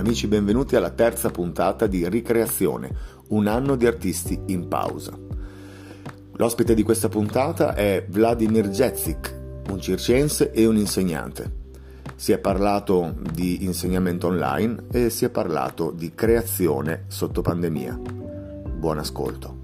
Amici, benvenuti alla terza puntata di Ricreazione, un anno di artisti in pausa. L'ospite di questa puntata è Vladimir Jezik, un circense e un insegnante. Si è parlato di insegnamento online e si è parlato di creazione sotto pandemia. Buon ascolto.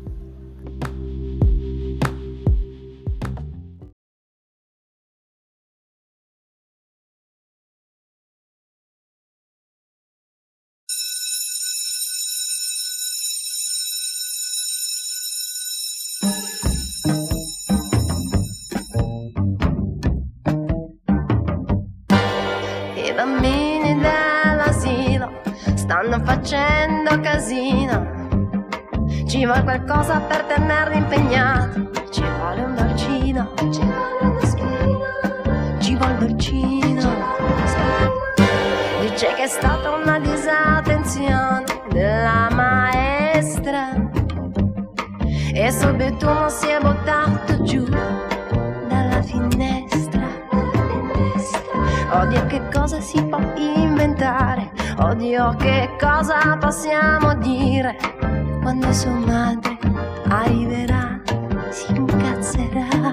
I bambini dell'asilo stanno facendo casino, ci vuole qualcosa per tenerli impegnati, ci vuole un dolcino, ci vuole una spina, ci vuole dolcino. Dice che è stata una disattenzione della maestra e subito uno si è buttato giù dalla finestra. Oddio, che cosa si può inventare, oddio, che cosa possiamo dire. Quando sua madre arriverà si incazzerà,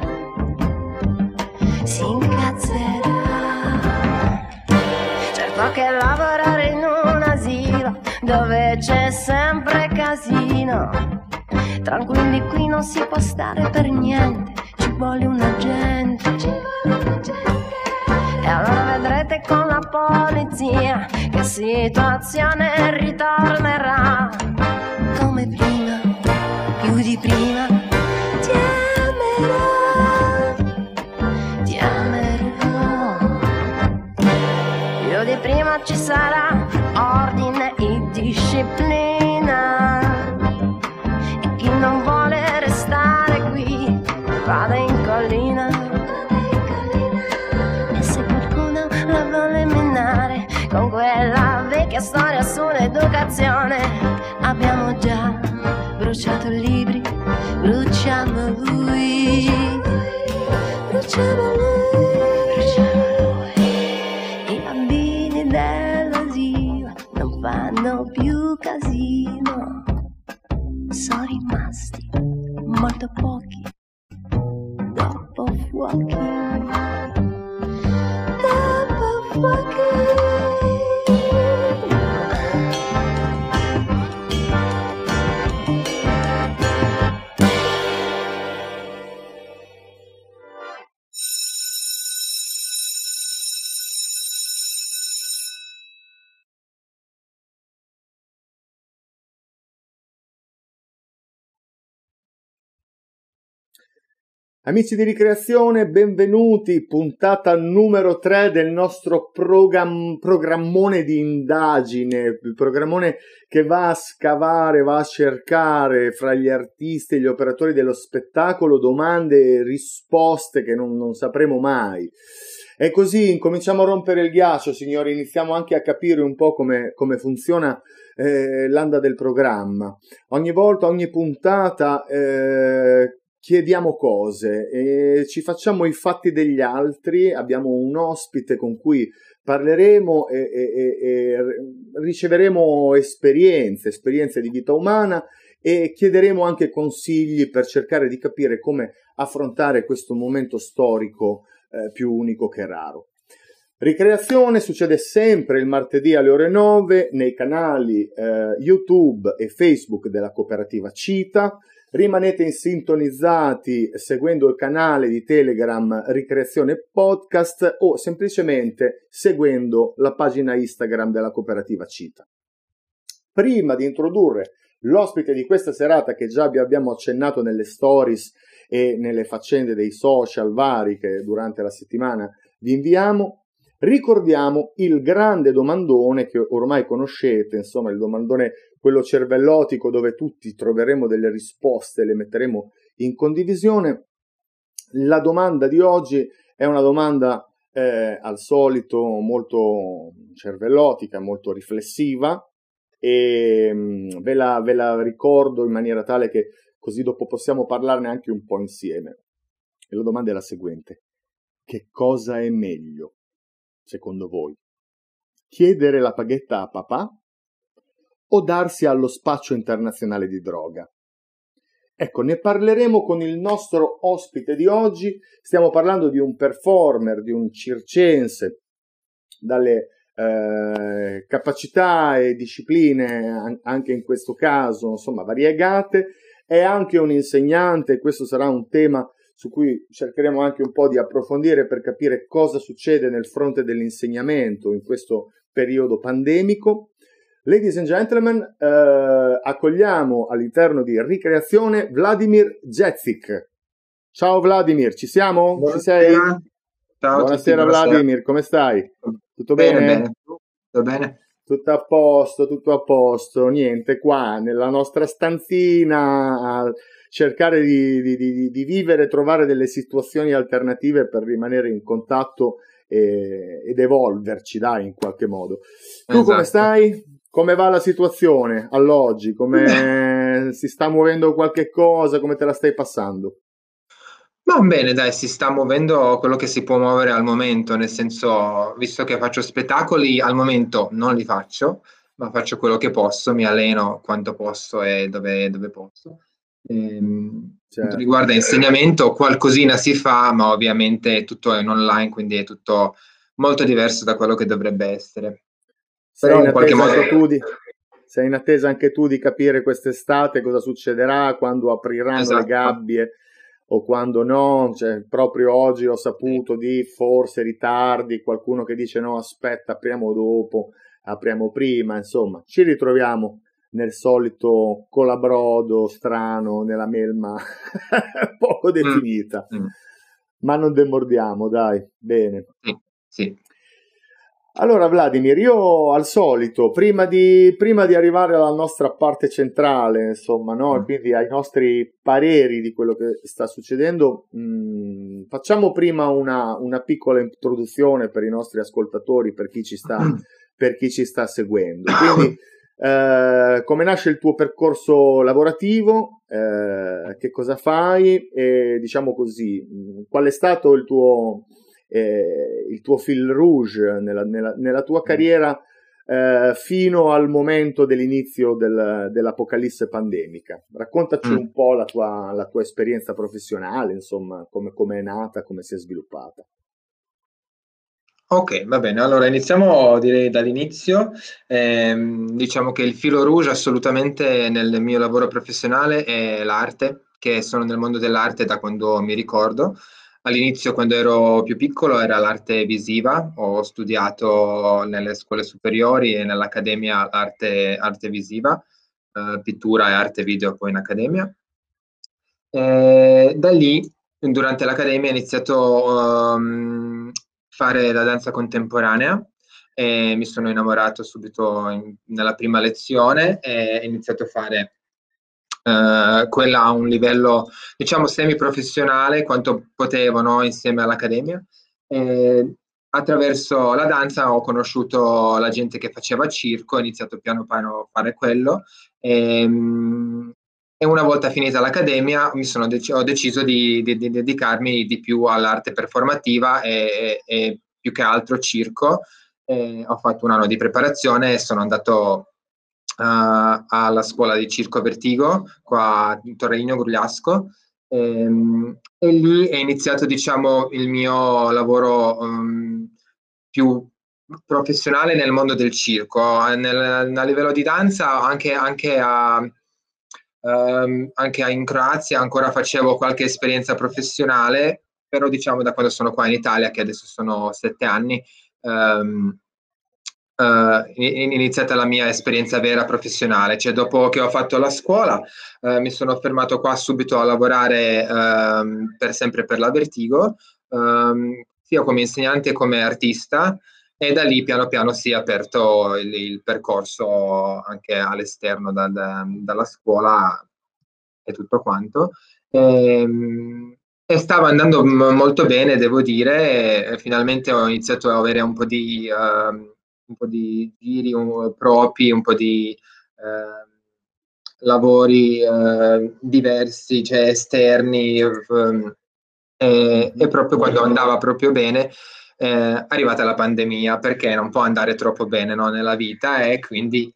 si incazzerà. Certo che lavorare in un asilo dove c'è sempre casino, tranquilli qui non si può stare per niente, ci vuole un agente, ci vuole un agente. E allora vedrete con la polizia che situazione ritornerà come prima, più di prima. Ti amerò, più di prima ci sarà ordine e disciplina. E chi non vuole restare qui vada in collina. Con quella vecchia storia sull'educazione abbiamo già bruciato libri, bruciamo lui, bruciamo lui, bruciamo lui. I bambini dell'asilo non fanno più casino, sono rimasti molto pochi dopo fuochi, dopo fuochi. Amici di Ricreazione, benvenuti, puntata numero 3 del nostro programmone di indagine, il programmone che va a scavare, va a cercare fra gli artisti e gli operatori dello spettacolo domande e risposte che non sapremo mai. E così incominciamo a rompere il ghiaccio, signori, iniziamo anche a capire un po' come funziona l'anda del programma. Ogni volta, ogni puntata chiediamo cose e ci facciamo i fatti degli altri, abbiamo un ospite con cui parleremo e riceveremo esperienze di vita umana e chiederemo anche consigli per cercare di capire come affrontare questo momento storico più unico che raro. Ricreazione succede sempre il martedì alle ore 9 nei canali YouTube e Facebook della cooperativa CITA. Rimanete sintonizzati seguendo il canale di Telegram Ricreazione Podcast o semplicemente seguendo la pagina Instagram della cooperativa CITA. Prima di introdurre l'ospite di questa serata, che già vi abbiamo accennato nelle stories e nelle faccende dei social vari che durante la settimana vi inviamo, ricordiamo il grande domandone che ormai conoscete, insomma il domandone quello cervellotico dove tutti troveremo delle risposte, le metteremo in condivisione. La domanda di oggi è una domanda al solito molto cervellotica, molto riflessiva e ve la ricordo in maniera tale che così dopo possiamo parlarne anche un po' insieme. E la domanda è la seguente: che cosa è meglio, secondo voi? chiedere la paghetta a papà o darsi allo spaccio internazionale di droga? Ecco, ne parleremo con il nostro ospite di oggi. Stiamo parlando di un performer, di un circense, dalle capacità e discipline, anche in questo caso, insomma, variegate. È anche un insegnante, questo sarà un tema su cui cercheremo anche un po' di approfondire per capire cosa succede nel fronte dell'insegnamento in questo periodo pandemico. Ladies and gentlemen, accogliamo all'interno di Ricreazione Vladimir Jetzik. Ciao Vladimir, ci siamo? Buonasera. Ci sei? Ciao Buonasera a tutti, Vladimir, come stai? Tutto bene? bene? Tutto bene? Tutto a posto, tutto a posto. Niente, qua nella nostra stanzina a cercare di vivere, trovare delle situazioni alternative per rimanere in contatto ed evolverci, dai, in qualche modo. Tu come stai? Come va la situazione all'oggi? Come si sta muovendo qualche cosa? Come te la stai passando? Va bene, dai, si sta muovendo quello che si può muovere al momento, nel senso, visto che faccio spettacoli, al momento non li faccio, ma faccio quello che posso, mi alleno quanto posso e dove posso. Quanto riguarda insegnamento, qualcosina si fa, ma ovviamente tutto è in online, quindi è tutto molto diverso da quello che dovrebbe essere. Sei in attesa anche tu di capire quest'estate cosa succederà, quando apriranno le gabbie o quando no. Cioè, proprio oggi ho saputo di forse ritardi, qualcuno che dice no, aspetta, apriamo dopo, apriamo prima, insomma, ci ritroviamo nel solito colabrodo strano, nella melma poco definita. Ma non demordiamo, dai, bene. Sì. Allora Vladimir, io al solito, prima di arrivare alla nostra parte centrale, insomma, no? Quindi ai nostri pareri di quello che sta succedendo, facciamo prima una piccola introduzione per i nostri ascoltatori, per chi ci sta seguendo. Quindi, come nasce il tuo percorso lavorativo, che cosa fai e, diciamo così, qual è stato il tuo fil rouge nella tua carriera fino al momento dell'inizio dell'apocalisse pandemica. Raccontaci un po' la tua esperienza professionale, insomma, come è nata, come si è sviluppata. Ok, va bene, allora iniziamo direi dall'inizio. Diciamo che il filo rouge assolutamente nel mio lavoro professionale è l'arte, che sono nel mondo dell'arte da quando mi ricordo. All'inizio, quando ero più piccolo, era l'arte visiva. Ho studiato nelle scuole superiori e nell'accademia arte visiva, pittura e arte video poi in accademia. Da lì, durante l'accademia, ho iniziato a fare la danza contemporanea e mi sono innamorato subito nella prima lezione e ho iniziato a fare quella a un livello, diciamo, semi-professionale quanto potevo, no? Insieme all'accademia. Attraverso la danza ho conosciuto la gente che faceva circo, ho iniziato piano piano a fare quello e una volta finita l'accademia ho deciso di dedicarmi di più all'arte performativa e più che altro circo. Ho fatto un anno di preparazione e sono andato alla scuola di Circo Vertigo qua in Torrelino Grugliasco e lì è iniziato, diciamo, il mio lavoro più professionale nel mondo del circo. A livello di danza anche in Croazia ancora facevo qualche esperienza professionale, però diciamo da quando sono qua in Italia, che adesso sono 7 anni, è iniziata la mia esperienza vera professionale. Cioè, dopo che ho fatto la scuola mi sono fermato qua subito a lavorare per sempre per la Vertigo, sia come insegnante che come artista, e da lì piano piano si è aperto il percorso anche all'esterno dalla scuola e tutto quanto. E stava andando molto bene, devo dire, e finalmente ho iniziato a avere un po' di giri propri, un po' di lavori diversi, cioè esterni, e proprio quando andava proprio bene arrivata la pandemia, perché non può andare troppo bene, no, nella vita, e quindi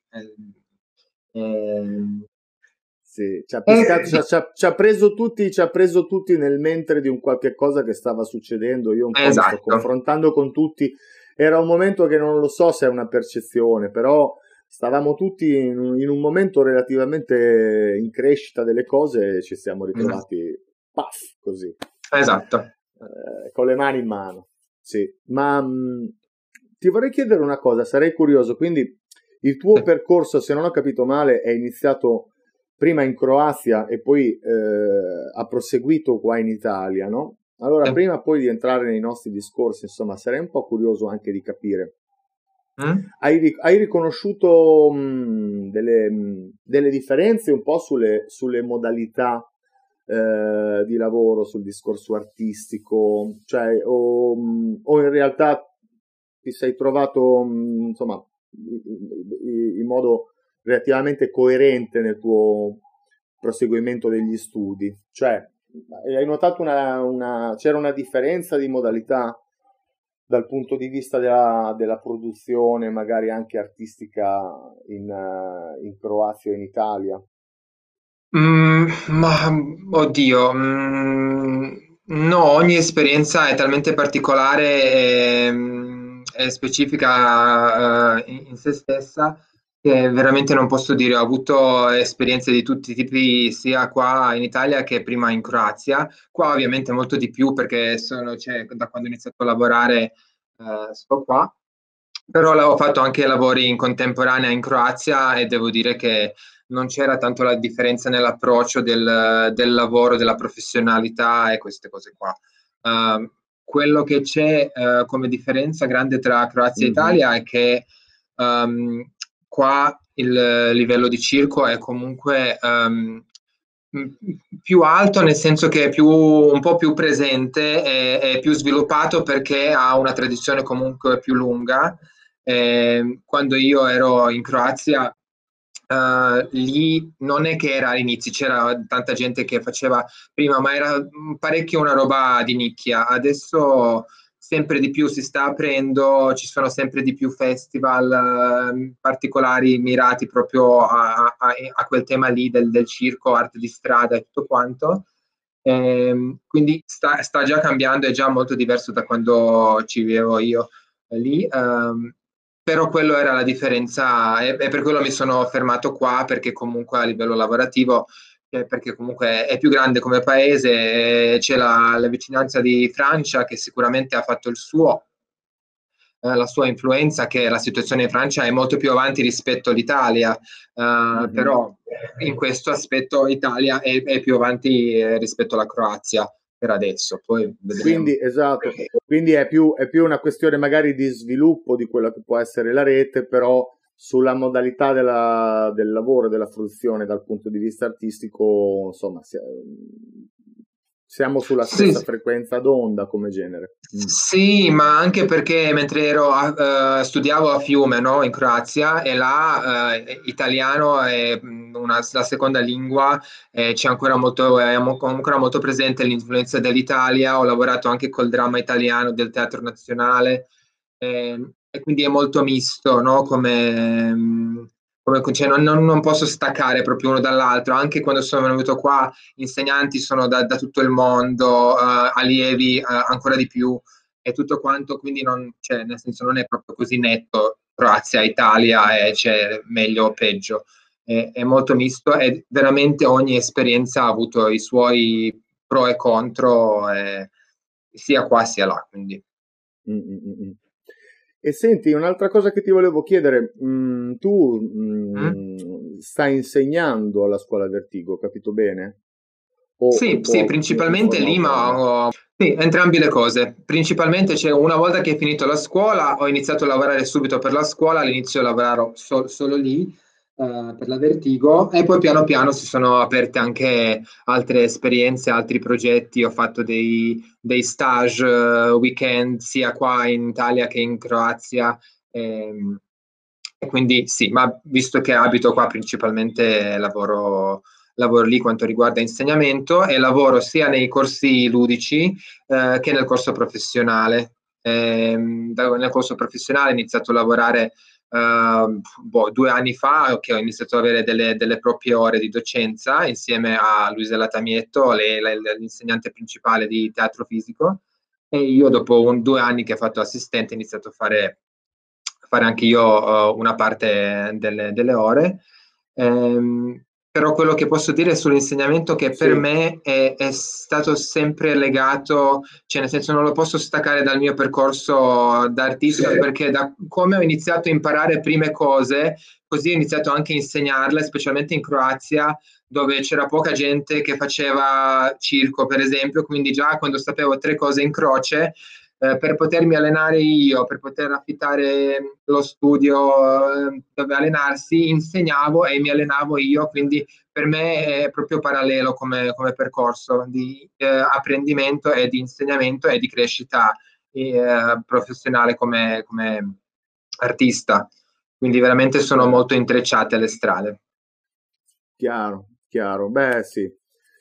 Sì, ci ha preso tutti nel mentre di un qualche cosa che stava succedendo. Io un po' mi sto esatto. confrontando con tutti. Era un momento che non lo so se è una percezione, però stavamo tutti in un momento relativamente in crescita delle cose e ci siamo ritrovati, paf, così, Esatto. con le mani in mano. Sì, ma ti vorrei chiedere una cosa, sarei curioso. Quindi il tuo percorso, se non ho capito male, è iniziato prima in Croazia e poi ha proseguito qua in Italia, no? Allora, prima poi di entrare nei nostri discorsi, insomma, sarei un po' curioso anche di capire. Hai riconosciuto delle differenze un po' sulle modalità di lavoro, sul discorso artistico, cioè, o in realtà ti sei trovato, insomma, in modo relativamente coerente nel tuo proseguimento degli studi? Cioè, hai notato c'era una differenza di modalità dal punto di vista della produzione, magari anche artistica, in Croazia o in Italia? Ma oddio, no, ogni esperienza è talmente particolare e specifica in se stessa, che veramente non posso dire. Ho avuto esperienze di tutti i tipi, sia qua in Italia che prima in Croazia. Qua ovviamente molto di più, perché cioè, da quando ho iniziato a lavorare sto qua, però ho fatto anche lavori in contemporanea in Croazia e devo dire che non c'era tanto la differenza nell'approccio del lavoro, della professionalità e queste cose qua. Quello che c'è come differenza grande tra Croazia e Italia è che qua il livello di circo è comunque più alto, nel senso che è un po' più presente, è più sviluppato, perché ha una tradizione comunque più lunga. Quando io ero in Croazia, lì non è che era all'inizio, c'era tanta gente che faceva prima, ma era parecchio una roba di nicchia. Adesso sempre di più si sta aprendo, ci sono sempre di più festival particolari mirati proprio a quel tema lì del circo, arte di strada e tutto quanto. Quindi sta già cambiando, è già molto diverso da quando ci vivevo io lì. Però quello era la differenza, e per quello mi sono fermato qua, perché comunque a livello lavorativo, perché comunque è più grande come paese, c'è la vicinanza di Francia, che sicuramente ha fatto la sua influenza, che la situazione in Francia è molto più avanti rispetto all'Italia, però in questo aspetto Italia è più avanti rispetto alla Croazia per adesso, poi vedremo. Quindi, esatto, quindi è più una questione magari di sviluppo di quella che può essere la rete, però sulla modalità del lavoro e della fruizione dal punto di vista artistico, insomma, siamo sulla stessa frequenza d'onda come genere. Sì, ma anche perché mentre studiavo a Fiume, no, in Croazia, e là italiano è la seconda lingua, c'è ancora è ancora molto presente l'influenza dell'Italia. Ho lavorato anche col dramma italiano del Teatro Nazionale, e quindi è molto misto, no, cioè non posso staccare proprio uno dall'altro. Anche quando sono venuto qua, insegnanti sono da tutto il mondo, allievi ancora di più, e tutto quanto, quindi cioè, nel senso, non è proprio così netto Croazia, Italia, e c'è meglio o peggio. È molto misto, e veramente ogni esperienza ha avuto i suoi pro e contro, sia qua sia là, quindi. E senti, un'altra cosa che ti volevo chiedere, tu stai insegnando alla scuola Vertigo, capito bene? Sì, principalmente lì, ma sì, entrambe le cose. Principalmente, cioè, una volta che hai finito la scuola, ho iniziato a lavorare subito per la scuola. All'inizio lavoravo solo lì, per la Vertigo, e poi piano piano si sono aperte anche altre esperienze, altri progetti. Ho fatto dei stage weekend, sia qua in Italia che in Croazia. E quindi sì, ma visto che abito qua, principalmente lavoro lì quanto riguarda insegnamento, e lavoro sia nei corsi ludici che nel corso professionale. Nel corso professionale ho iniziato a lavorare 2 anni fa, che ho iniziato ad avere delle proprie ore di docenza insieme a Luisella Tamietto, l'insegnante principale di teatro fisico, e io dopo 2 anni che ho fatto assistente ho iniziato a fare anche io una parte delle ore. Però quello che posso dire sull'insegnamento che per Sì. me è stato sempre legato, cioè nel senso non lo posso staccare dal mio percorso da artista, perché da come ho iniziato a imparare prime cose, così ho iniziato anche a insegnarle, specialmente in Croazia, dove c'era poca gente che faceva circo, per esempio, quindi già quando sapevo 3 cose in croce, per potermi allenare io, per poter affittare lo studio dove allenarsi, insegnavo e mi allenavo io, quindi per me è proprio parallelo come percorso di apprendimento e di insegnamento e di crescita professionale come artista. Quindi veramente sono molto intrecciate le strade. Chiaro, chiaro. Beh, sì.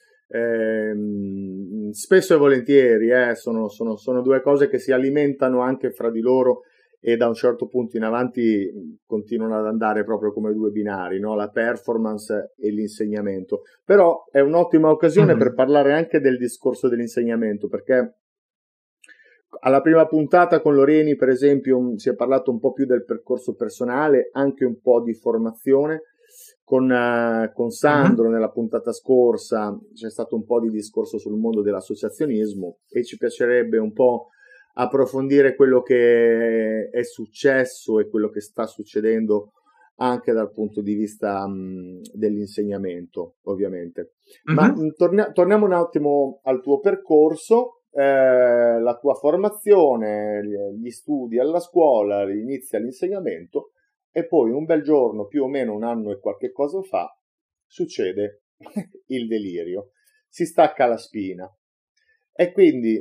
Spesso e volentieri sono due cose che si alimentano anche fra di loro e da un certo punto in avanti continuano ad andare proprio come due binari, no? La performance e l'insegnamento. Però è un'ottima occasione per parlare anche del discorso dell'insegnamento, perché alla prima puntata con Loreni, per esempio, si è parlato un po' più del percorso personale, anche un po' di formazione. Con Sandro nella puntata scorsa c'è stato un po' di discorso sul mondo dell'associazionismo e ci piacerebbe un po' approfondire quello che è successo e quello che sta succedendo anche dal punto di vista dell'insegnamento, ovviamente. Ma torniamo un attimo al tuo percorso, la tua formazione, gli studi alla scuola, inizia l'insegnamento. E poi un bel giorno, più o meno un anno e qualche cosa fa, succede il delirio. Si stacca la spina. E quindi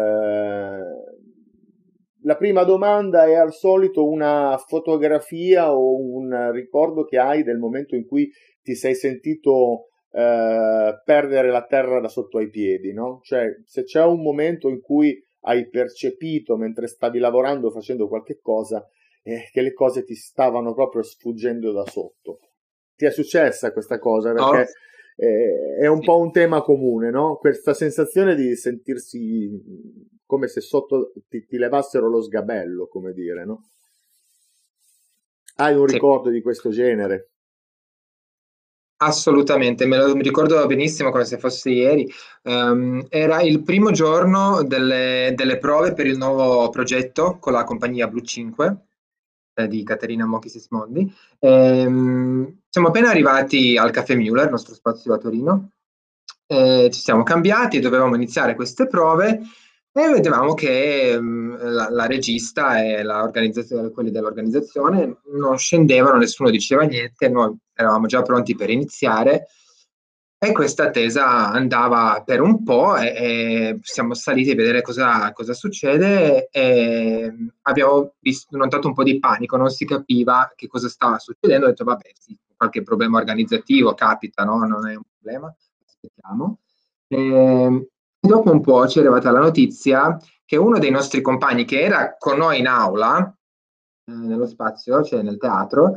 la prima domanda è al solito una fotografia o un ricordo che hai del momento in cui ti sei sentito perdere la terra da sotto ai piedi, no? Cioè, se c'è un momento in cui hai percepito mentre stavi lavorando, facendo qualche cosa, che le cose ti stavano proprio sfuggendo da sotto. Ti è successa questa cosa? Perché è un po' un tema comune, no? Questa sensazione di sentirsi come se sotto ti levassero lo sgabello, come dire, no? Hai un ricordo di questo genere? Assolutamente, mi ricordo benissimo come se fosse ieri. Era il primo giorno delle prove per il nuovo progetto con la compagnia Blue 5 di Caterina Mochi Sismondi. Siamo appena arrivati al Caffè Müller, il nostro spazio a Torino. Ci siamo cambiati, dovevamo iniziare queste prove e vedevamo che la regista e quelli dell'organizzazione non scendevano, nessuno diceva niente, noi eravamo già pronti per iniziare e questa attesa andava per un po' e siamo saliti a vedere cosa succede e abbiamo notato un po' di panico, non si capiva che cosa stava succedendo, ho detto vabbè sì, qualche problema organizzativo capita, no? Non è un problema, aspettiamo. Dopo un po' ci è arrivata la notizia che uno dei nostri compagni che era con noi in aula, nello spazio, cioè nel teatro,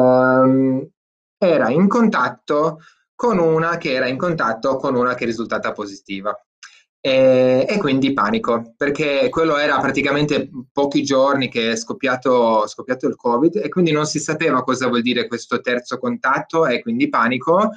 era in contatto con una che era in contatto con una che è risultata positiva. E quindi panico, perché quello era praticamente pochi giorni che è scoppiato il Covid e quindi non si sapeva cosa vuol dire questo terzo contatto e quindi panico.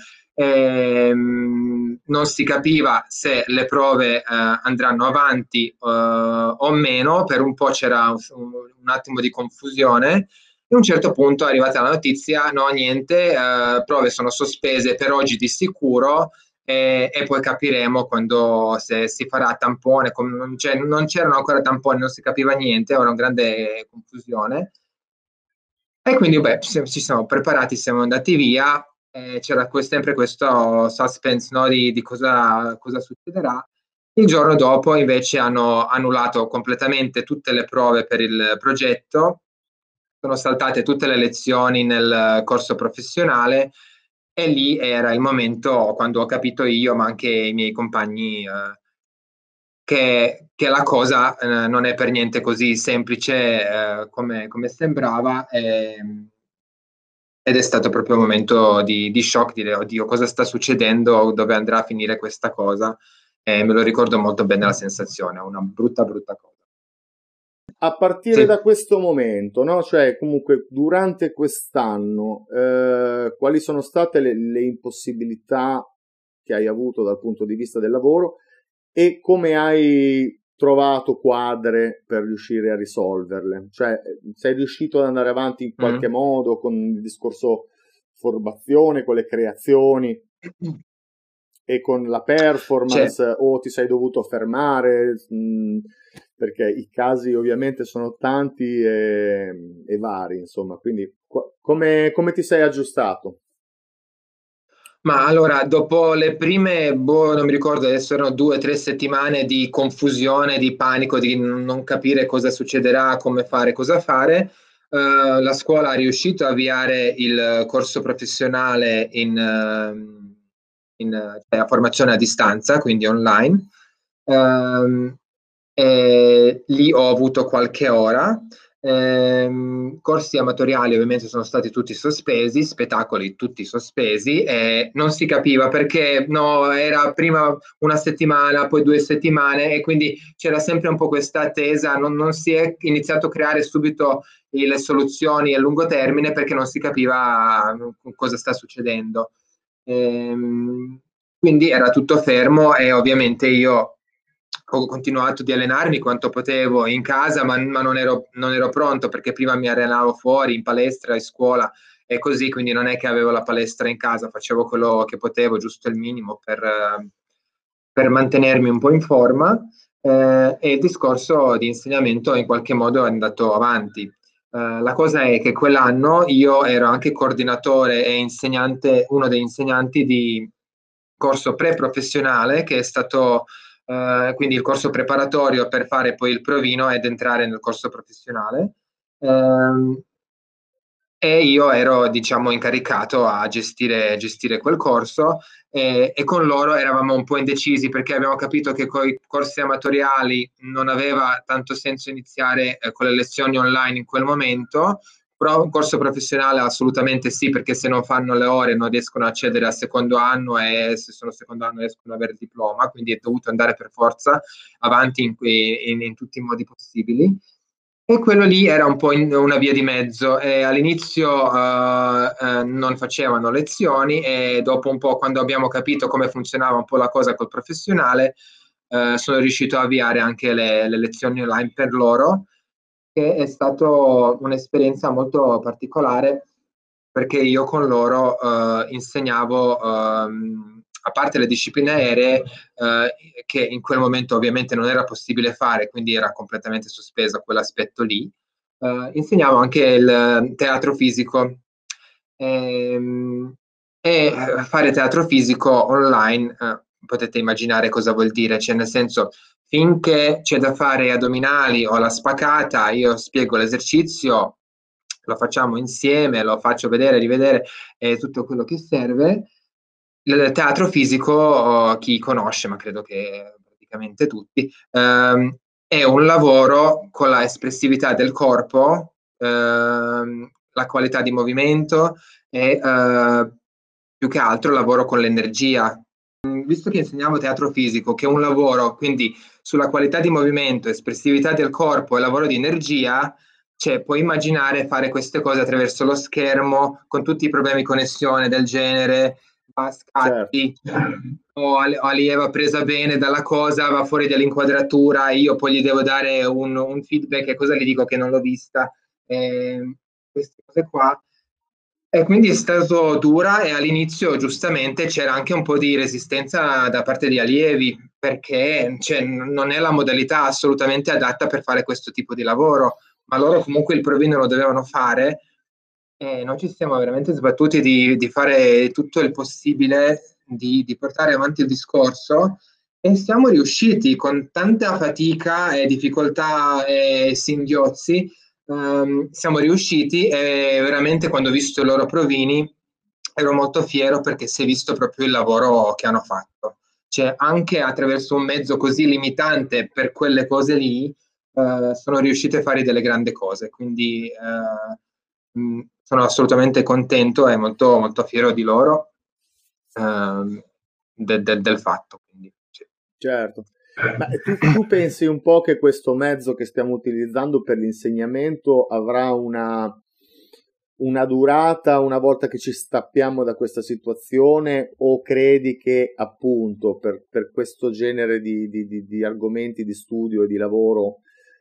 Non si capiva se le prove andranno avanti o meno, per un po' c'era un attimo di confusione. A un certo punto è arrivata la notizia, no, niente, prove sono sospese per oggi di sicuro e poi capiremo quando se si farà tampone, non c'erano ancora tamponi, non si capiva niente, era una grande confusione. E quindi ci siamo preparati, siamo andati via, c'era sempre questo suspense, no, di cosa succederà. Il giorno dopo invece hanno annullato completamente tutte le prove per il progetto, sono saltate tutte le lezioni nel corso professionale e lì era il momento quando ho capito io, ma anche i miei compagni, che la cosa non è per niente così semplice come sembrava, ed è stato proprio un momento di shock, di dire, oddio, cosa sta succedendo, dove andrà a finire questa cosa? Me lo ricordo molto bene la sensazione, una brutta, brutta cosa. A partire Sì. da questo momento, no? Cioè, comunque, durante quest'anno, quali sono state le impossibilità che hai avuto dal punto di vista del lavoro e come hai trovato quadre per riuscire a risolverle? Cioè, sei riuscito ad andare avanti in qualche modo con il discorso formazione, con le creazioni e con la performance, o ti sei dovuto fermare? Perché i casi ovviamente sono tanti e vari, insomma, quindi come ti sei aggiustato? Ma allora, dopo le prime, non mi ricordo, adesso erano 2 o 3 settimane di confusione, di panico, di non capire cosa succederà, come fare, cosa fare, la scuola è riuscita a avviare il corso professionale cioè, a formazione a distanza, quindi online. Ehm, e lì ho avuto qualche ora. Corsi amatoriali ovviamente sono stati tutti sospesi, spettacoli tutti sospesi, e non si capiva perché no, era prima una settimana, poi 2 settimane, e quindi c'era sempre un po' questa attesa, non si è iniziato a creare subito le soluzioni a lungo termine perché non si capiva cosa sta succedendo. Quindi era tutto fermo e ovviamente io ho continuato di allenarmi quanto potevo in casa, ma non ero pronto perché prima mi allenavo fuori, in palestra, in scuola e così, quindi non è che avevo la palestra in casa, facevo quello che potevo, giusto il minimo per mantenermi un po' in forma, e il discorso di insegnamento in qualche modo è andato avanti. La cosa è che quell'anno io ero anche coordinatore e insegnante, uno degli insegnanti di corso pre-professionale che è stato quindi il corso preparatorio per fare poi il provino ed entrare nel corso professionale. Ehm, e io ero, diciamo, incaricato a gestire quel corso e con loro eravamo un po' indecisi perché abbiamo capito che con i corsi amatoriali non aveva tanto senso iniziare con le lezioni online in quel momento, però un corso professionale assolutamente sì, perché se non fanno le ore non riescono a accedere al secondo anno e se sono secondo anno riescono ad avere il diploma, quindi è dovuto andare per forza avanti in tutti i modi possibili. E quello lì era un po' una via di mezzo. E all'inizio non facevano lezioni e dopo un po', quando abbiamo capito come funzionava un po' la cosa col professionale, sono riuscito a avviare anche le lezioni online per loro, che è stata un'esperienza molto particolare perché io con loro insegnavo, a parte le discipline aeree, che in quel momento ovviamente non era possibile fare, quindi era completamente sospeso quell'aspetto lì, insegnavo anche il teatro fisico. Ehm, fare teatro fisico online, potete immaginare cosa vuol dire, cioè nel senso, finché c'è da fare addominali o la spacata, io spiego l'esercizio, lo facciamo insieme, lo faccio vedere, rivedere tutto quello che serve. Il teatro fisico, chi conosce, ma credo che praticamente tutti, è un lavoro con la espressività del corpo, la qualità di movimento e più che altro lavoro con l'energia. Visto che insegniamo teatro fisico, che è un lavoro quindi sulla qualità di movimento, espressività del corpo e lavoro di energia, cioè puoi immaginare fare queste cose attraverso lo schermo con tutti i problemi di connessione del genere, va a Certo. scatti o allieva presa bene dalla cosa, va fuori dall'inquadratura, io poi gli devo dare un feedback e cosa gli dico che non l'ho vista. Queste cose qua. E quindi è stato dura e all'inizio giustamente c'era anche un po' di resistenza da parte di allievi perché cioè, non è la modalità assolutamente adatta per fare questo tipo di lavoro, ma loro comunque il provino lo dovevano fare e noi ci siamo veramente sbattuti di fare tutto il possibile di portare avanti il discorso e siamo riusciti con tanta fatica e difficoltà e singhiozzi. Siamo riusciti e veramente quando ho visto i loro provini ero molto fiero perché si è visto proprio il lavoro che hanno fatto. cioè anche attraverso un mezzo così limitante per quelle cose lì, sono riusciti a fare delle grandi cose, quindi sono assolutamente contento e molto, molto fiero di loro, del fatto. Quindi, sì. Certo. Ma tu pensi un po' che questo mezzo che stiamo utilizzando per l'insegnamento avrà una durata una volta che ci stappiamo da questa situazione, o credi che appunto per questo genere di argomenti di studio e di lavoro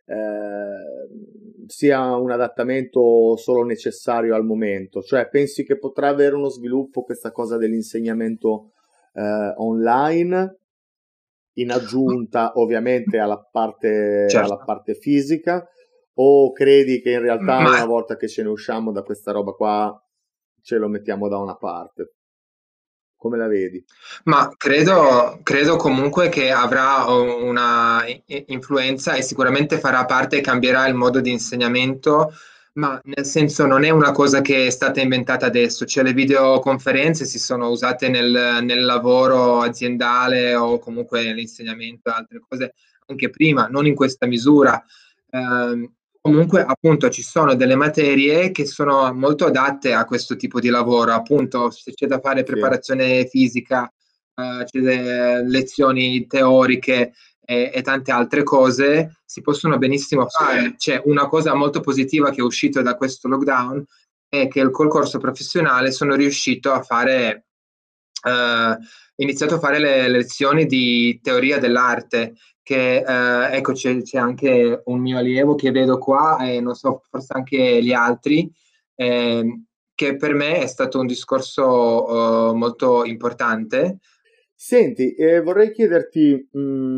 sia un adattamento solo necessario al momento? Cioè, pensi che potrà avere uno sviluppo questa cosa dell'insegnamento online, in aggiunta ovviamente alla Certo. parte fisica, o credi che in realtà Ma una volta che ce ne usciamo da questa roba qua ce lo mettiamo da una parte? Come la vedi? Ma credo comunque che avrà una influenza e sicuramente farà parte e cambierà il modo di insegnamento, ma nel senso non è una cosa che è stata inventata adesso, cioè le videoconferenze si sono usate nel lavoro aziendale o comunque nell'insegnamento e altre cose anche prima, non in questa misura. Comunque, appunto, ci sono delle materie che sono molto adatte a questo tipo di lavoro. Appunto, se c'è da fare Sì, preparazione fisica, c'è lezioni teoriche e tante altre cose, si possono benissimo fare. C'è una cosa molto positiva che è uscita da questo lockdown è che col corso professionale sono riuscito a fare, iniziato a fare le lezioni di teoria dell'arte che ecco c'è anche un mio allievo che vedo qua e non so, forse anche gli altri, che per me è stato un discorso molto importante. senti, vorrei chiederti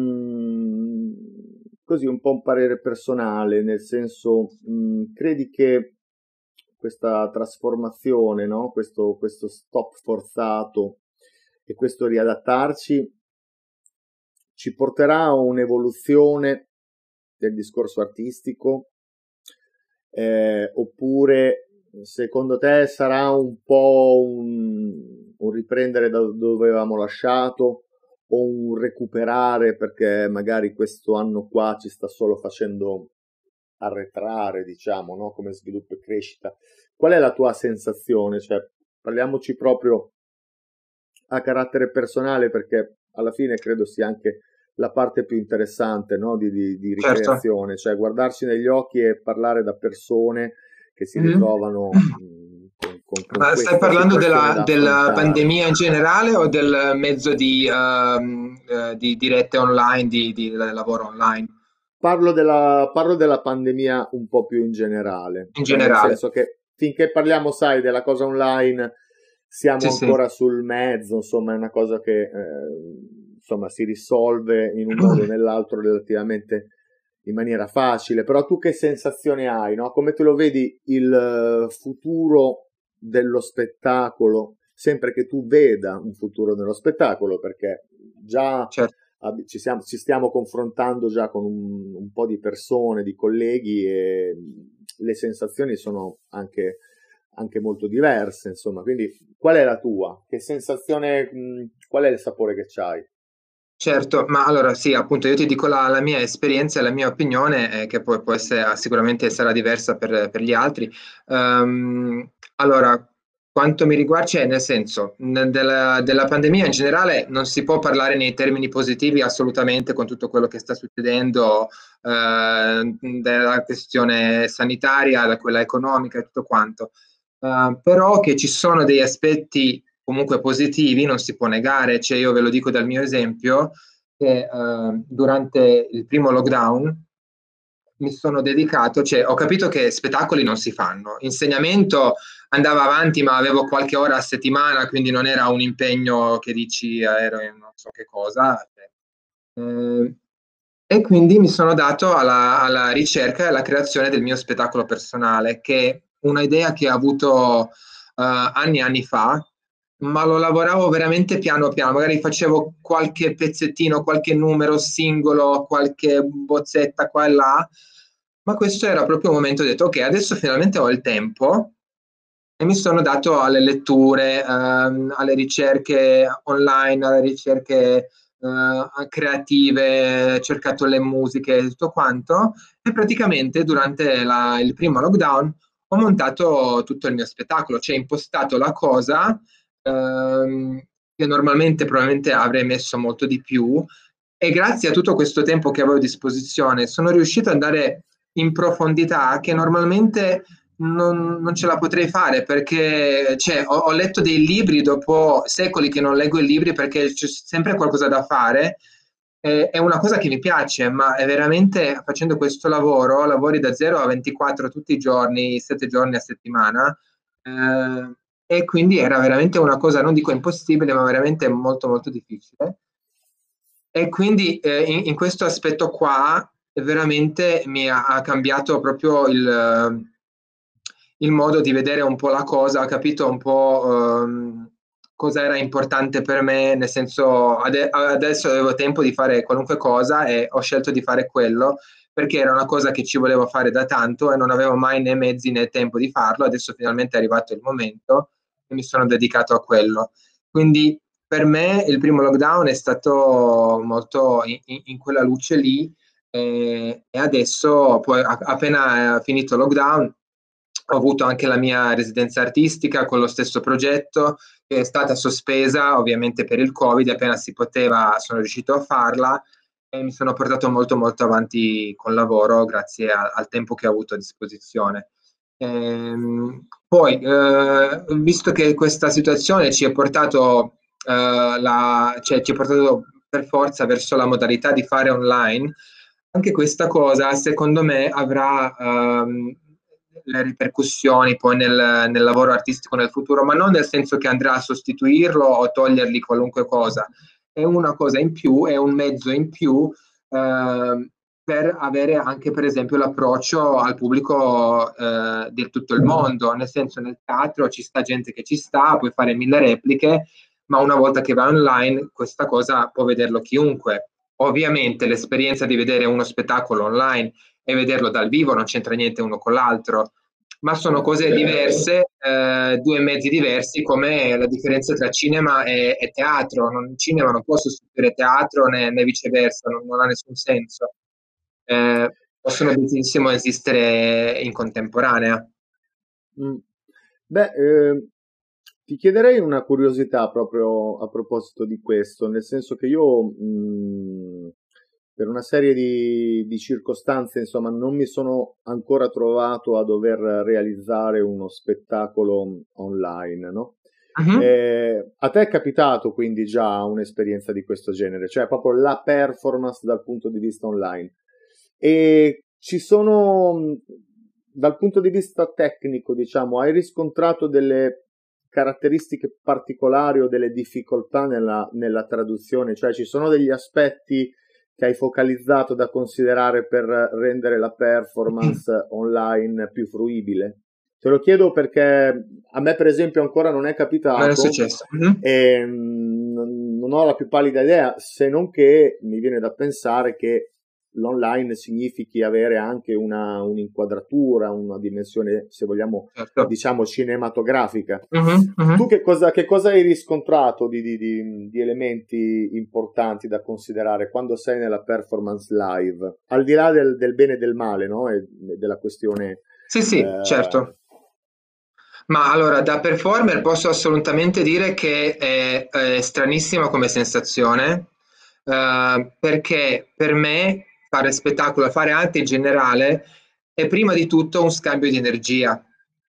così un po' un parere personale, nel senso, credi che questa trasformazione, no? Questo stop forzato e questo riadattarci ci porterà a un'evoluzione del discorso artistico, oppure secondo te sarà un po' un riprendere da dove avevamo lasciato, o un recuperare perché magari questo anno qua ci sta solo facendo arretrare, diciamo, no? Come sviluppo e crescita? Qual è la tua sensazione? Cioè, parliamoci proprio a carattere personale, perché alla fine credo sia anche la parte più interessante, no? di Certo. ricreazione, cioè guardarsi negli occhi e parlare da persone che si Mhm. ritrovano con Ma stai questa parlando situazione da della affrontare. pandemia in generale o del mezzo di rete online, di lavoro online? Parlo della pandemia un po' più in generale, In cioè nel generale. senso che finché parliamo, sai, della cosa online, siamo Sì, sì. ancora sul mezzo, insomma, è una cosa che insomma si risolve in un modo o nell'altro relativamente in maniera facile. Però tu che sensazione hai, no? Come te lo vedi il futuro dello spettacolo, sempre che tu veda un futuro nello spettacolo, perché già Certo. ci stiamo confrontando già con un po' di persone, di colleghi, e le sensazioni sono anche molto diverse, insomma. Quindi qual è la tua? Che sensazione, qual è il sapore che c'hai? Certo, ma allora sì, appunto io ti dico la mia esperienza e la mia opinione, che poi può essere, sicuramente sarà diversa per gli altri. Allora, quanto mi riguarda, cioè, nel senso, della pandemia in generale non si può parlare nei termini positivi assolutamente con tutto quello che sta succedendo, dalla questione sanitaria, da quella economica e tutto quanto. Però che ci sono degli aspetti comunque positivi, non si può negare, cioè io ve lo dico dal mio esempio, che durante il primo lockdown mi sono dedicato, cioè ho capito che spettacoli non si fanno, insegnamento andava avanti ma avevo qualche ora a settimana, quindi non era un impegno che dici ero in non so che cosa. Eh, e quindi mi sono dato alla ricerca e alla creazione del mio spettacolo personale, che è una idea che ho avuto anni e anni fa, ma lo lavoravo veramente piano piano, magari facevo qualche pezzettino, qualche numero singolo, qualche bozzetta qua e là, ma questo era proprio un momento, ho detto ok, adesso finalmente ho il tempo e mi sono dato alle letture, alle ricerche online, alle ricerche creative, cercato le musiche e tutto quanto, e praticamente durante il primo lockdown ho montato tutto il mio spettacolo, cioè impostato la cosa che normalmente probabilmente avrei messo molto di più, e grazie a tutto questo tempo che avevo a disposizione sono riuscito ad andare in profondità che normalmente non ce la potrei fare, perché cioè, ho letto dei libri dopo secoli che non leggo i libri perché c'è sempre qualcosa da fare. È una cosa che mi piace, ma è veramente facendo questo lavoro, lavori da 0 a 24 tutti i giorni, 7 giorni a settimana, eh, e quindi era veramente una cosa, non dico impossibile, ma veramente molto molto difficile. E quindi in questo aspetto qua veramente ha cambiato proprio il modo di vedere un po' la cosa, ho capito un po' cosa era importante per me, nel senso adesso avevo tempo di fare qualunque cosa e ho scelto di fare quello perché era una cosa che ci volevo fare da tanto e non avevo mai né mezzi né tempo di farlo, adesso finalmente è arrivato il momento e mi sono dedicato a quello. Quindi per me il primo lockdown è stato molto in quella luce lì, e adesso poi appena finito il lockdown ho avuto anche la mia residenza artistica con lo stesso progetto che è stata sospesa ovviamente per il Covid, appena si poteva sono riuscito a farla e mi sono portato molto molto avanti col lavoro grazie al tempo che ho avuto a disposizione. Poi, visto che questa situazione ci ha portato, cioè, ci ha portato per forza verso la modalità di fare online, anche questa cosa, secondo me, avrà le ripercussioni poi nel lavoro artistico nel futuro, ma non nel senso che andrà a sostituirlo o togliergli qualunque cosa. È una cosa in più, è un mezzo in più per avere anche, per esempio, l'approccio al pubblico di tutto il mondo. Nel senso, nel teatro ci sta gente che ci sta, puoi fare 1000 repliche, ma una volta che va online, questa cosa può vederlo chiunque. Ovviamente l'esperienza di vedere uno spettacolo online e vederlo dal vivo non c'entra niente uno con l'altro, ma sono cose diverse, due mezzi diversi, come la differenza tra cinema e teatro. Cinema non può sostituire teatro né viceversa, non ha nessun senso. Possono benissimo esistere in contemporanea. Beh, ti chiederei una curiosità proprio a proposito di questo, nel senso che io per una serie di circostanze, insomma, non mi sono ancora trovato a dover realizzare uno spettacolo online, no? Uh-huh. A te è capitato quindi già un'esperienza di questo genere, cioè proprio la performance dal punto di vista online? E ci sono, dal punto di vista tecnico, diciamo, hai riscontrato delle caratteristiche particolari o delle difficoltà nella traduzione? Cioè ci sono degli aspetti che hai focalizzato da considerare per rendere la performance online più fruibile? Te lo chiedo perché a me per esempio ancora non è capitato. Non è successo. E non ho la più pallida idea, se non che mi viene da pensare che l'online significhi avere anche un'inquadratura, una dimensione, se vogliamo, certo, diciamo cinematografica. Tu che cosa hai riscontrato di elementi importanti da considerare quando sei nella performance live, al di là del bene e del male, no? E della questione. Sì, certo. Ma allora, da performer posso assolutamente dire che è stranissima come sensazione, perché per me fare spettacolo, fare arte in generale, è prima di tutto un scambio di energia.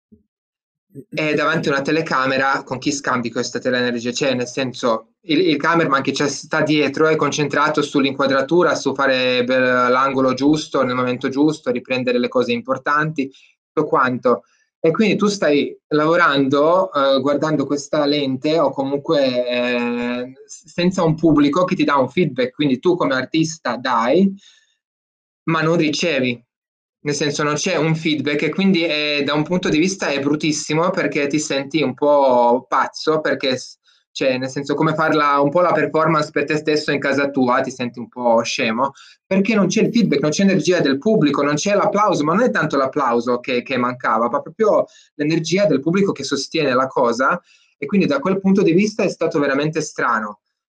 E davanti a una telecamera, con chi scambi questa teleenergia? Cioè, nel senso, il cameraman che sta dietro è concentrato sull'inquadratura, su fare l'angolo giusto, nel momento giusto, riprendere le cose importanti, tutto quanto. E quindi tu stai lavorando, guardando questa lente o comunque senza un pubblico che ti dà un feedback, quindi tu come artista dai, ma non ricevi, nel senso non c'è un feedback e quindi da un punto di vista è bruttissimo perché ti senti un po' pazzo, perché cioè, nel senso come farla un po' la performance per te stesso in casa tua, ti senti un po' scemo, perché non c'è il feedback, non c'è energia del pubblico, non c'è l'applauso, ma non è tanto l'applauso che mancava, ma proprio l'energia del pubblico che sostiene la cosa, e quindi da quel punto di vista è stato veramente strano.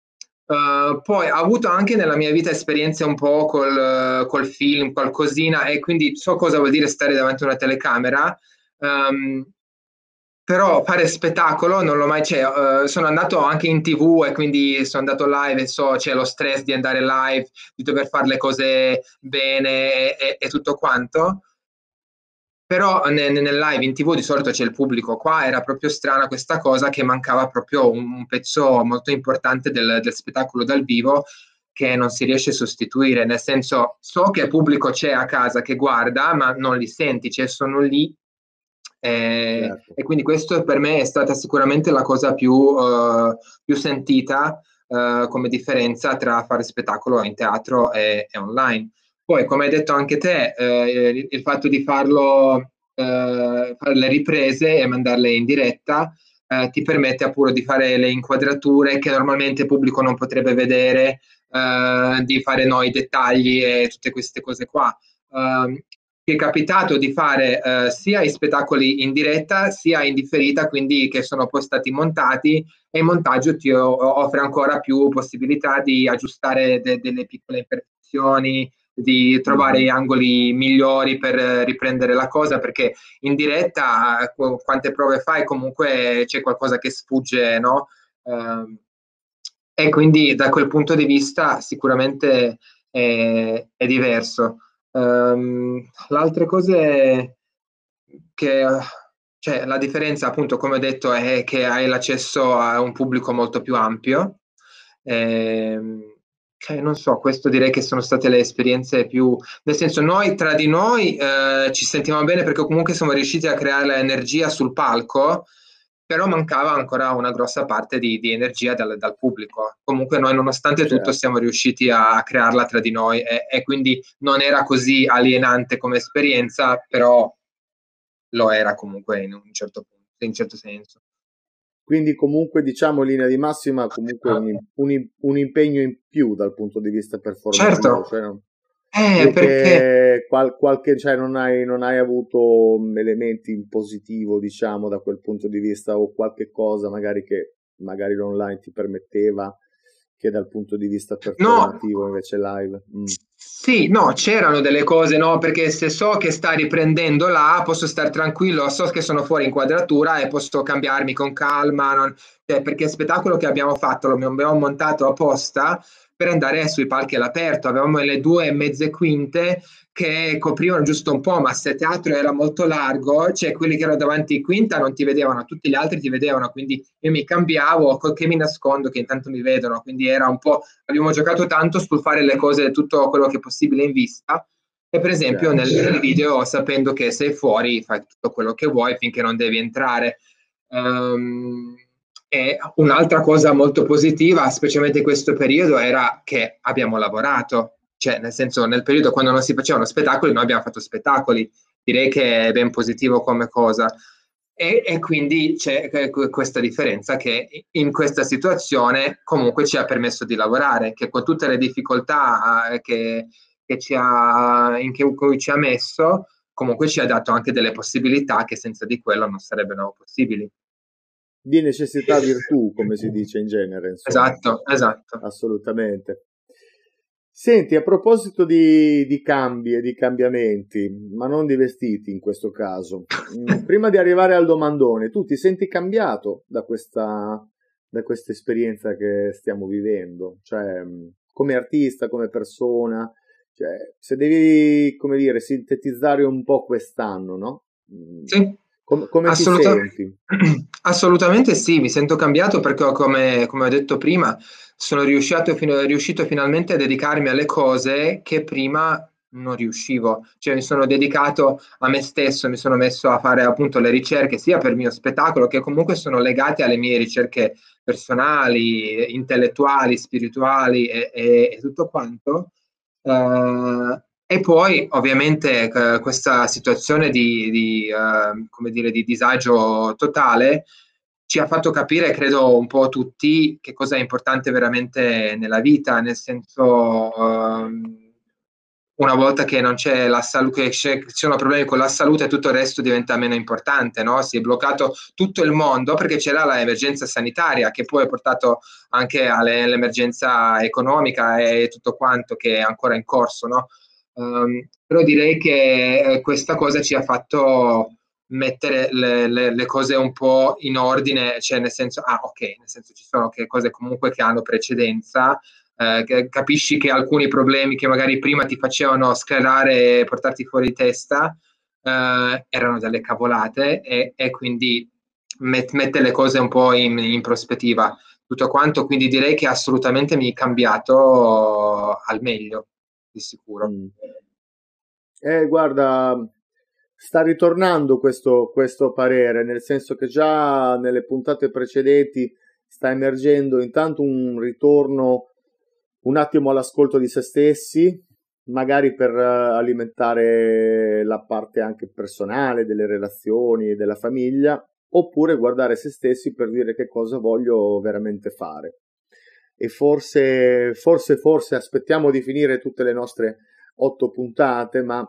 Poi ho avuto anche nella mia vita esperienze un po' col film, qualcosina, e quindi so cosa vuol dire stare davanti a una telecamera. Ehm, Però fare spettacolo non l'ho mai, cioè, sono andato anche in TV e quindi sono andato live e so, c'è lo stress di andare live, di dover fare le cose bene e tutto quanto. Però nel live in TV di solito c'è il pubblico, qua era proprio strana questa cosa che mancava proprio un pezzo molto importante del spettacolo dal vivo che non si riesce a sostituire, nel senso so che il pubblico c'è a casa che guarda, ma non li senti, cioè sono lì Certo. e quindi questo per me è stata sicuramente la cosa più sentita come differenza tra fare spettacolo in teatro e online. Poi, come hai detto anche te, il fatto di fare le riprese e mandarle in diretta, ti permette appunto di fare le inquadrature che normalmente il pubblico non potrebbe vedere, di fare noi i dettagli e tutte queste cose qua. Ti è capitato di fare sia i spettacoli in diretta sia in differita, quindi che sono poi stati montati e il montaggio ti offre ancora più possibilità di aggiustare delle piccole imperfezioni, di trovare gli Mhm. angoli migliori per riprendere la cosa, perché in diretta quante prove fai comunque c'è qualcosa che sfugge, no? E quindi da quel punto di vista sicuramente è diverso. Le altre cose che, cioè, la differenza, appunto, come ho detto, è che hai l'accesso a un pubblico molto più ampio. Ehm, non so, questo direi che sono state le esperienze più, nel senso, noi tra di noi ci sentiamo bene perché comunque siamo riusciti a creare l'energia sul palco, però mancava ancora una grossa parte di energia dal pubblico. Comunque noi, nonostante tutto, Certo. siamo riusciti a crearla tra di noi e quindi non era così alienante come esperienza, però lo era comunque in un certo punto, in un certo senso. Quindi comunque diciamo in linea di massima comunque un impegno in più dal punto di vista performativo, Certo, cioè più perché che qualche, cioè non hai avuto elementi in positivo diciamo da quel punto di vista o qualche cosa magari che magari l'online ti permetteva che dal punto di vista no, performativo invece live. sì, no, c'erano delle cose, no, perché se so che sta riprendendo là, posso stare tranquillo, so che sono fuori inquadratura e posso cambiarmi con calma, cioè, perché il spettacolo che abbiamo fatto lo abbiamo montato apposta per andare sui palchi all'aperto, avevamo le due mezze quinte che coprivano giusto un po', ma se il teatro era molto largo, cioè quelli che erano davanti in quinta non ti vedevano, tutti gli altri ti vedevano, quindi io mi cambiavo, che mi nascondo che intanto mi vedono, quindi era un po', abbiamo giocato tanto sul fare le cose tutto quello che è possibile in vista e per esempio Certo. nel video sapendo che sei fuori fai tutto quello che vuoi finché non devi entrare. Um, e un'altra cosa molto positiva, specialmente in questo periodo, era che abbiamo lavorato, cioè nel senso nel periodo quando non si facevano spettacoli noi abbiamo fatto spettacoli, direi che è ben positivo come cosa. E quindi c'è questa differenza che in questa situazione comunque ci ha permesso di lavorare, che con tutte le difficoltà in cui ci ha messo, comunque ci ha dato anche delle possibilità che senza di quello non sarebbero possibili. Di necessità virtù, come si dice in genere, insomma. Esatto, esatto. Assolutamente. Senti, a proposito di cambi e di cambiamenti, ma non di vestiti in questo caso, prima di arrivare al domandone, tu ti senti cambiato da questa esperienza che stiamo vivendo? Cioè, come artista, come persona? Cioè, se devi, come dire, sintetizzare un po' quest'anno, no? Sì, Come ti assoluta- senti? assolutamente sì, mi sento cambiato perché come ho detto prima, sono riuscito finalmente a dedicarmi alle cose che prima non riuscivo. Cioè mi sono dedicato a me stesso, mi sono messo a fare appunto le ricerche sia per il mio spettacolo che comunque sono legate alle mie ricerche personali, intellettuali, spirituali e tutto quanto. E poi ovviamente questa situazione come dire, di disagio totale ci ha fatto capire, credo, un po' tutti che cosa è importante veramente nella vita, nel senso una volta che non c'è la salute, ci sono problemi con la salute, tutto il resto diventa meno importante, no? Si è bloccato tutto il mondo perché c'era l'emergenza sanitaria, che poi ha portato anche all'emergenza economica e tutto quanto che è ancora in corso, no? Però direi che questa cosa ci ha fatto mettere le cose un po' in ordine, cioè nel senso, ok, nel senso ci sono che cose comunque che hanno precedenza, che capisci che alcuni problemi che magari prima ti facevano sclerare e portarti fuori di testa, erano delle cavolate e quindi mette le cose un po' in prospettiva tutto quanto, quindi direi che assolutamente mi è cambiato al meglio, di sicuro. Guarda, sta ritornando questo parere, nel senso che già nelle puntate precedenti sta emergendo intanto un ritorno un attimo all'ascolto di se stessi, magari per alimentare la parte anche personale delle relazioni e della famiglia, oppure guardare se stessi per dire che cosa voglio veramente fare. E forse aspettiamo di finire tutte le nostre 8 puntate, ma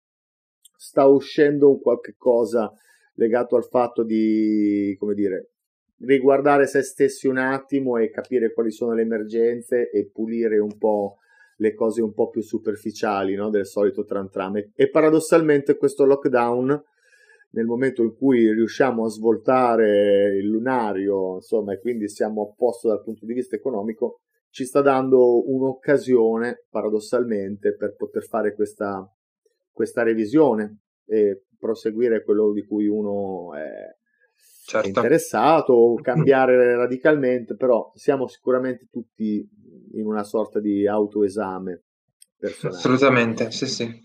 sta uscendo un qualche cosa legato al fatto di, come dire, riguardare se stessi un attimo e capire quali sono le emergenze e pulire un po' le cose un po' più superficiali, no? Del solito tram tram. E paradossalmente questo lockdown, nel momento in cui riusciamo a svoltare il lunario, insomma, e quindi siamo a posto dal punto di vista economico, ci sta dando un'occasione, paradossalmente, per poter fare questa revisione e proseguire quello di cui uno è interessato o cambiare radicalmente, però siamo sicuramente tutti in una sorta di autoesame personale. Assolutamente, sì.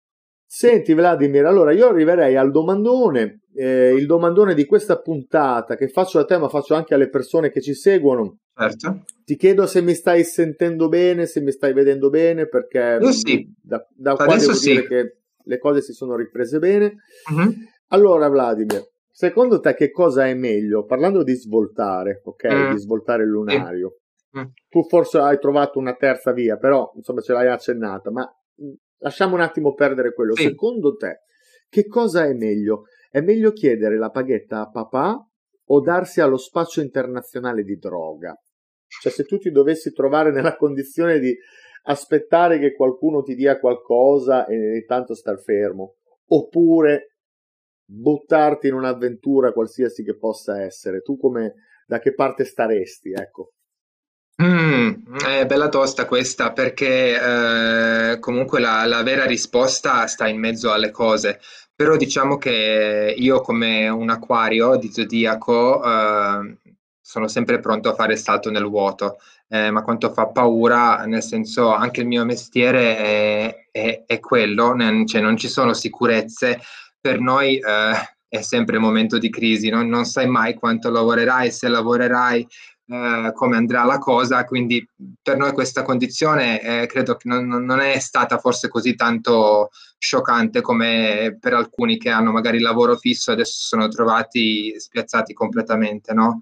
Senti Vladimir, allora io arriverei al domandone, il domandone di questa puntata che faccio a te ma faccio anche alle persone che ci seguono. Certo. Ti chiedo se mi stai sentendo bene, se mi stai vedendo bene, perché sì. da qua devo dire che le cose si sono riprese bene. Allora Vladimir, secondo te che cosa è meglio? Parlando di svoltare, ok? Di svoltare il lunario. Tu forse hai trovato una terza via, però insomma ce l'hai accennata, ma lasciamo un attimo perdere quello. Sì. Secondo te che cosa è meglio? È meglio chiedere la paghetta a papà o darsi allo spaccio internazionale di droga? Cioè se tu ti dovessi trovare nella condizione di aspettare che qualcuno ti dia qualcosa e tanto star fermo, oppure buttarti in un'avventura qualsiasi che possa essere, tu da che parte staresti, ecco? È bella tosta questa perché comunque la vera risposta sta in mezzo alle cose, però diciamo che io come un acquario di zodiaco sono sempre pronto a fare il salto nel vuoto, ma quanto fa paura, nel senso anche il mio mestiere è quello, cioè non ci sono sicurezze, per noi è sempre un momento di crisi, non sai mai quanto lavorerai, se lavorerai, come andrà la cosa, quindi per noi questa condizione credo che non è stata forse così tanto scioccante come per alcuni che hanno magari il lavoro fisso e adesso si sono trovati spiazzati completamente, no?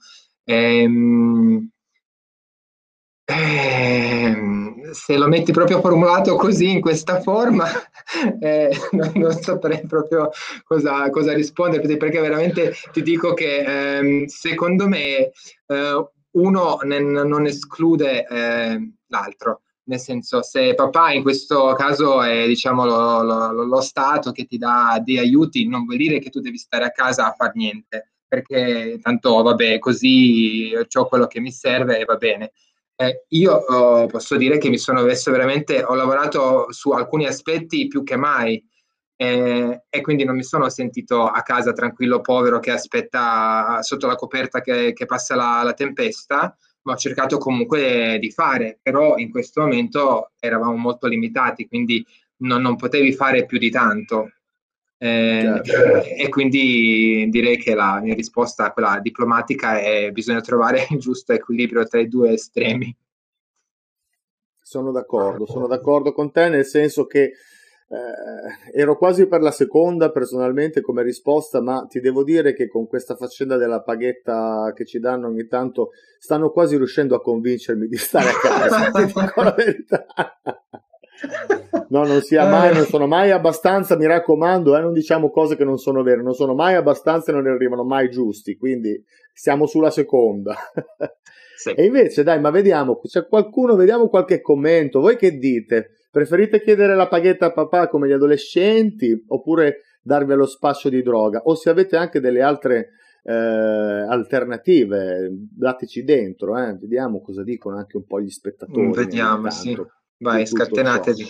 Se lo metti proprio formulato così in questa forma, non saprei proprio cosa rispondere, perché veramente ti dico che secondo me uno non esclude l'altro, nel senso se papà in questo caso è diciamo lo Stato che ti dà dei aiuti, non vuol dire che tu devi stare a casa a far niente, perché tanto vabbè così ho quello che mi serve e va bene. Io posso dire che mi sono messo veramente, ho lavorato su alcuni aspetti più che mai e quindi non mi sono sentito a casa tranquillo povero che aspetta sotto la coperta che passa la tempesta, ma ho cercato comunque di fare, però in questo momento eravamo molto limitati, quindi non potevi fare più di tanto. Certo. E quindi direi che la mia risposta, quella diplomatica, è bisogna trovare il giusto equilibrio tra i due estremi. Sono d'accordo con te, nel senso che ero quasi per la seconda personalmente come risposta, ma ti devo dire che con questa faccenda della paghetta che ci danno ogni tanto stanno quasi riuscendo a convincermi di stare a casa, ti dico la verità. No, non sia mai, non sono mai abbastanza, mi raccomando, non diciamo cose che non sono vere, non sono mai abbastanza e non ne arrivano mai giusti, quindi siamo sulla seconda. Sì. E invece, dai, ma vediamo, c'è qualcuno, vediamo qualche commento, voi che dite? Preferite chiedere la paghetta a papà come gli adolescenti oppure darvi allo spaccio di droga? O se avete anche delle altre alternative, dateci dentro, vediamo cosa dicono anche un po' gli spettatori. Vediamo, sì. Vai, scatenatevi.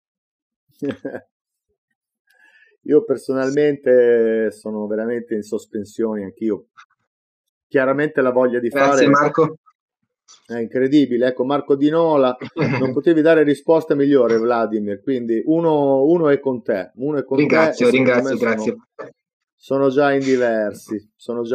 Io personalmente sono veramente in sospensione, anch'io. Chiaramente la voglia di Grazie, fare Marco. È incredibile, ecco, Marco Di Nola, non potevi dare risposta migliore, Vladimir, quindi uno è con te, uno è con ringrazio, te. Grazie. Sono già in diversi.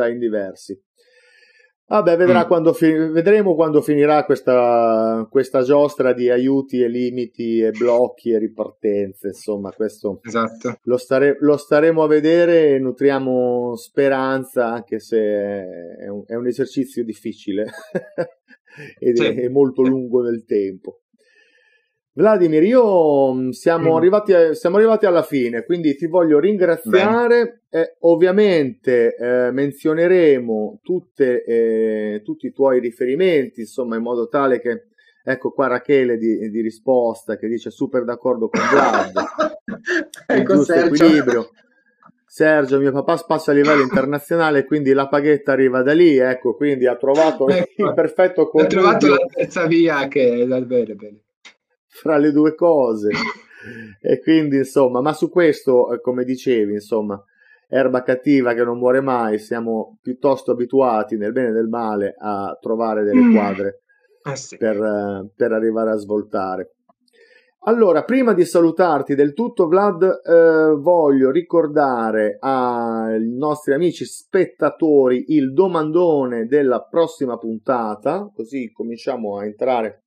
Vabbè, vedremo quando finirà questa giostra di aiuti e limiti e blocchi e ripartenze, insomma, questo esatto. lo staremo a vedere e nutriamo speranza, anche se è un esercizio difficile ed è molto lungo nel tempo. Vladimir, siamo arrivati alla fine, quindi ti voglio ringraziare. Ovviamente menzioneremo tutti i tuoi riferimenti, insomma, in modo tale che, ecco qua Rachele di risposta che dice super d'accordo con Vlad, il giusto equilibrio. Sergio, mio papà spazia a livello internazionale, quindi la paghetta arriva da lì, ecco, quindi ha trovato il perfetto connubio. Ha trovato la terza via che è bene. Fra le due cose. E quindi insomma, ma su questo, come dicevi, insomma, erba cattiva che non muore mai, siamo piuttosto abituati nel bene e nel male a trovare delle quadre per arrivare a svoltare. Allora, prima di salutarti del tutto, Vlad, voglio ricordare ai nostri amici spettatori il domandone della prossima puntata, così cominciamo a entrare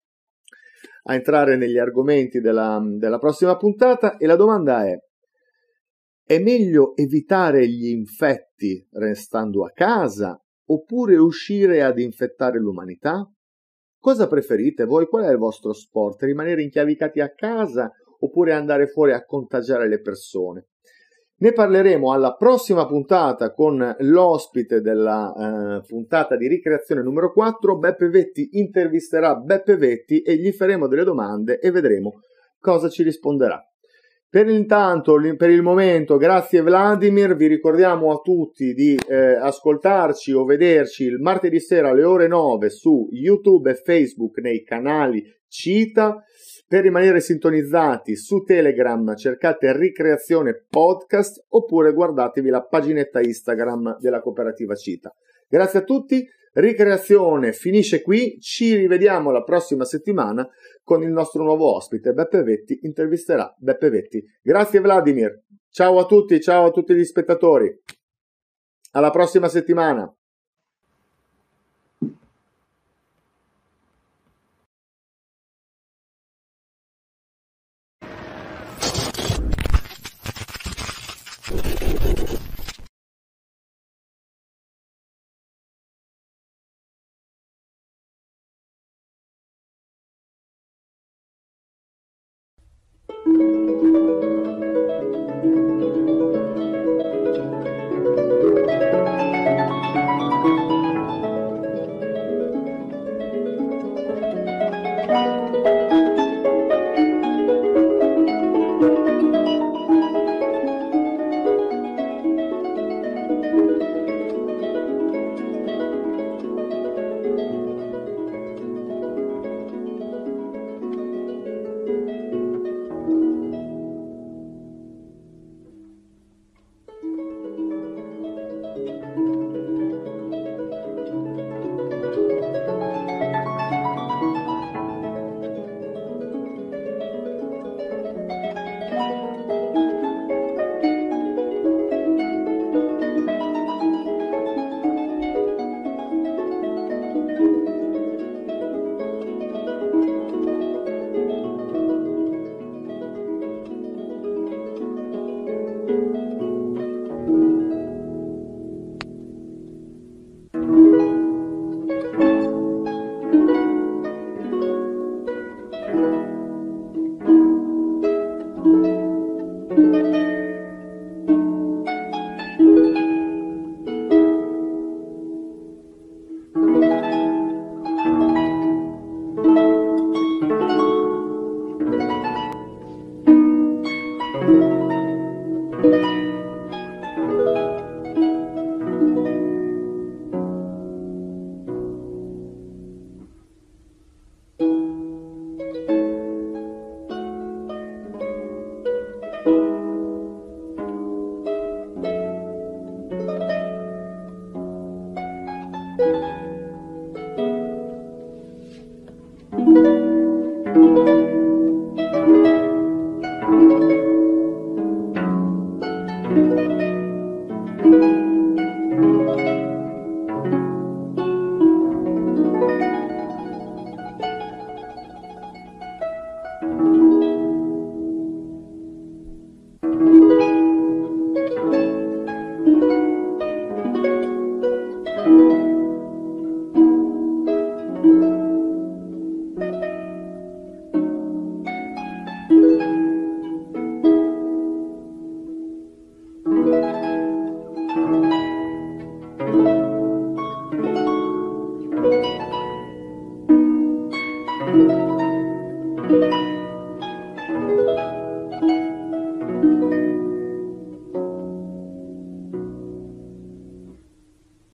negli argomenti della prossima puntata, e la domanda è meglio evitare gli infetti restando a casa oppure uscire ad infettare l'umanità? Cosa preferite voi? Qual è il vostro sport? Rimanere inchiavicati a casa oppure andare fuori a contagiare le persone? Ne parleremo alla prossima puntata con l'ospite della puntata di ricreazione numero 4. Beppe Vetti intervisterà Beppe Vetti e gli faremo delle domande e vedremo cosa ci risponderà. Per il momento, grazie Vladimir, vi ricordiamo a tutti di ascoltarci o vederci il martedì sera alle ore 9 su YouTube e Facebook nei canali Cita. Per rimanere sintonizzati su Telegram cercate Ricreazione Podcast oppure guardatevi la paginetta Instagram della cooperativa Cita. Grazie a tutti, Ricreazione finisce qui, ci rivediamo la prossima settimana con il nostro nuovo ospite, Beppe Vetti, intervisterà Beppe Vetti. Grazie Vladimir, ciao a tutti gli spettatori, alla prossima settimana. Thank you.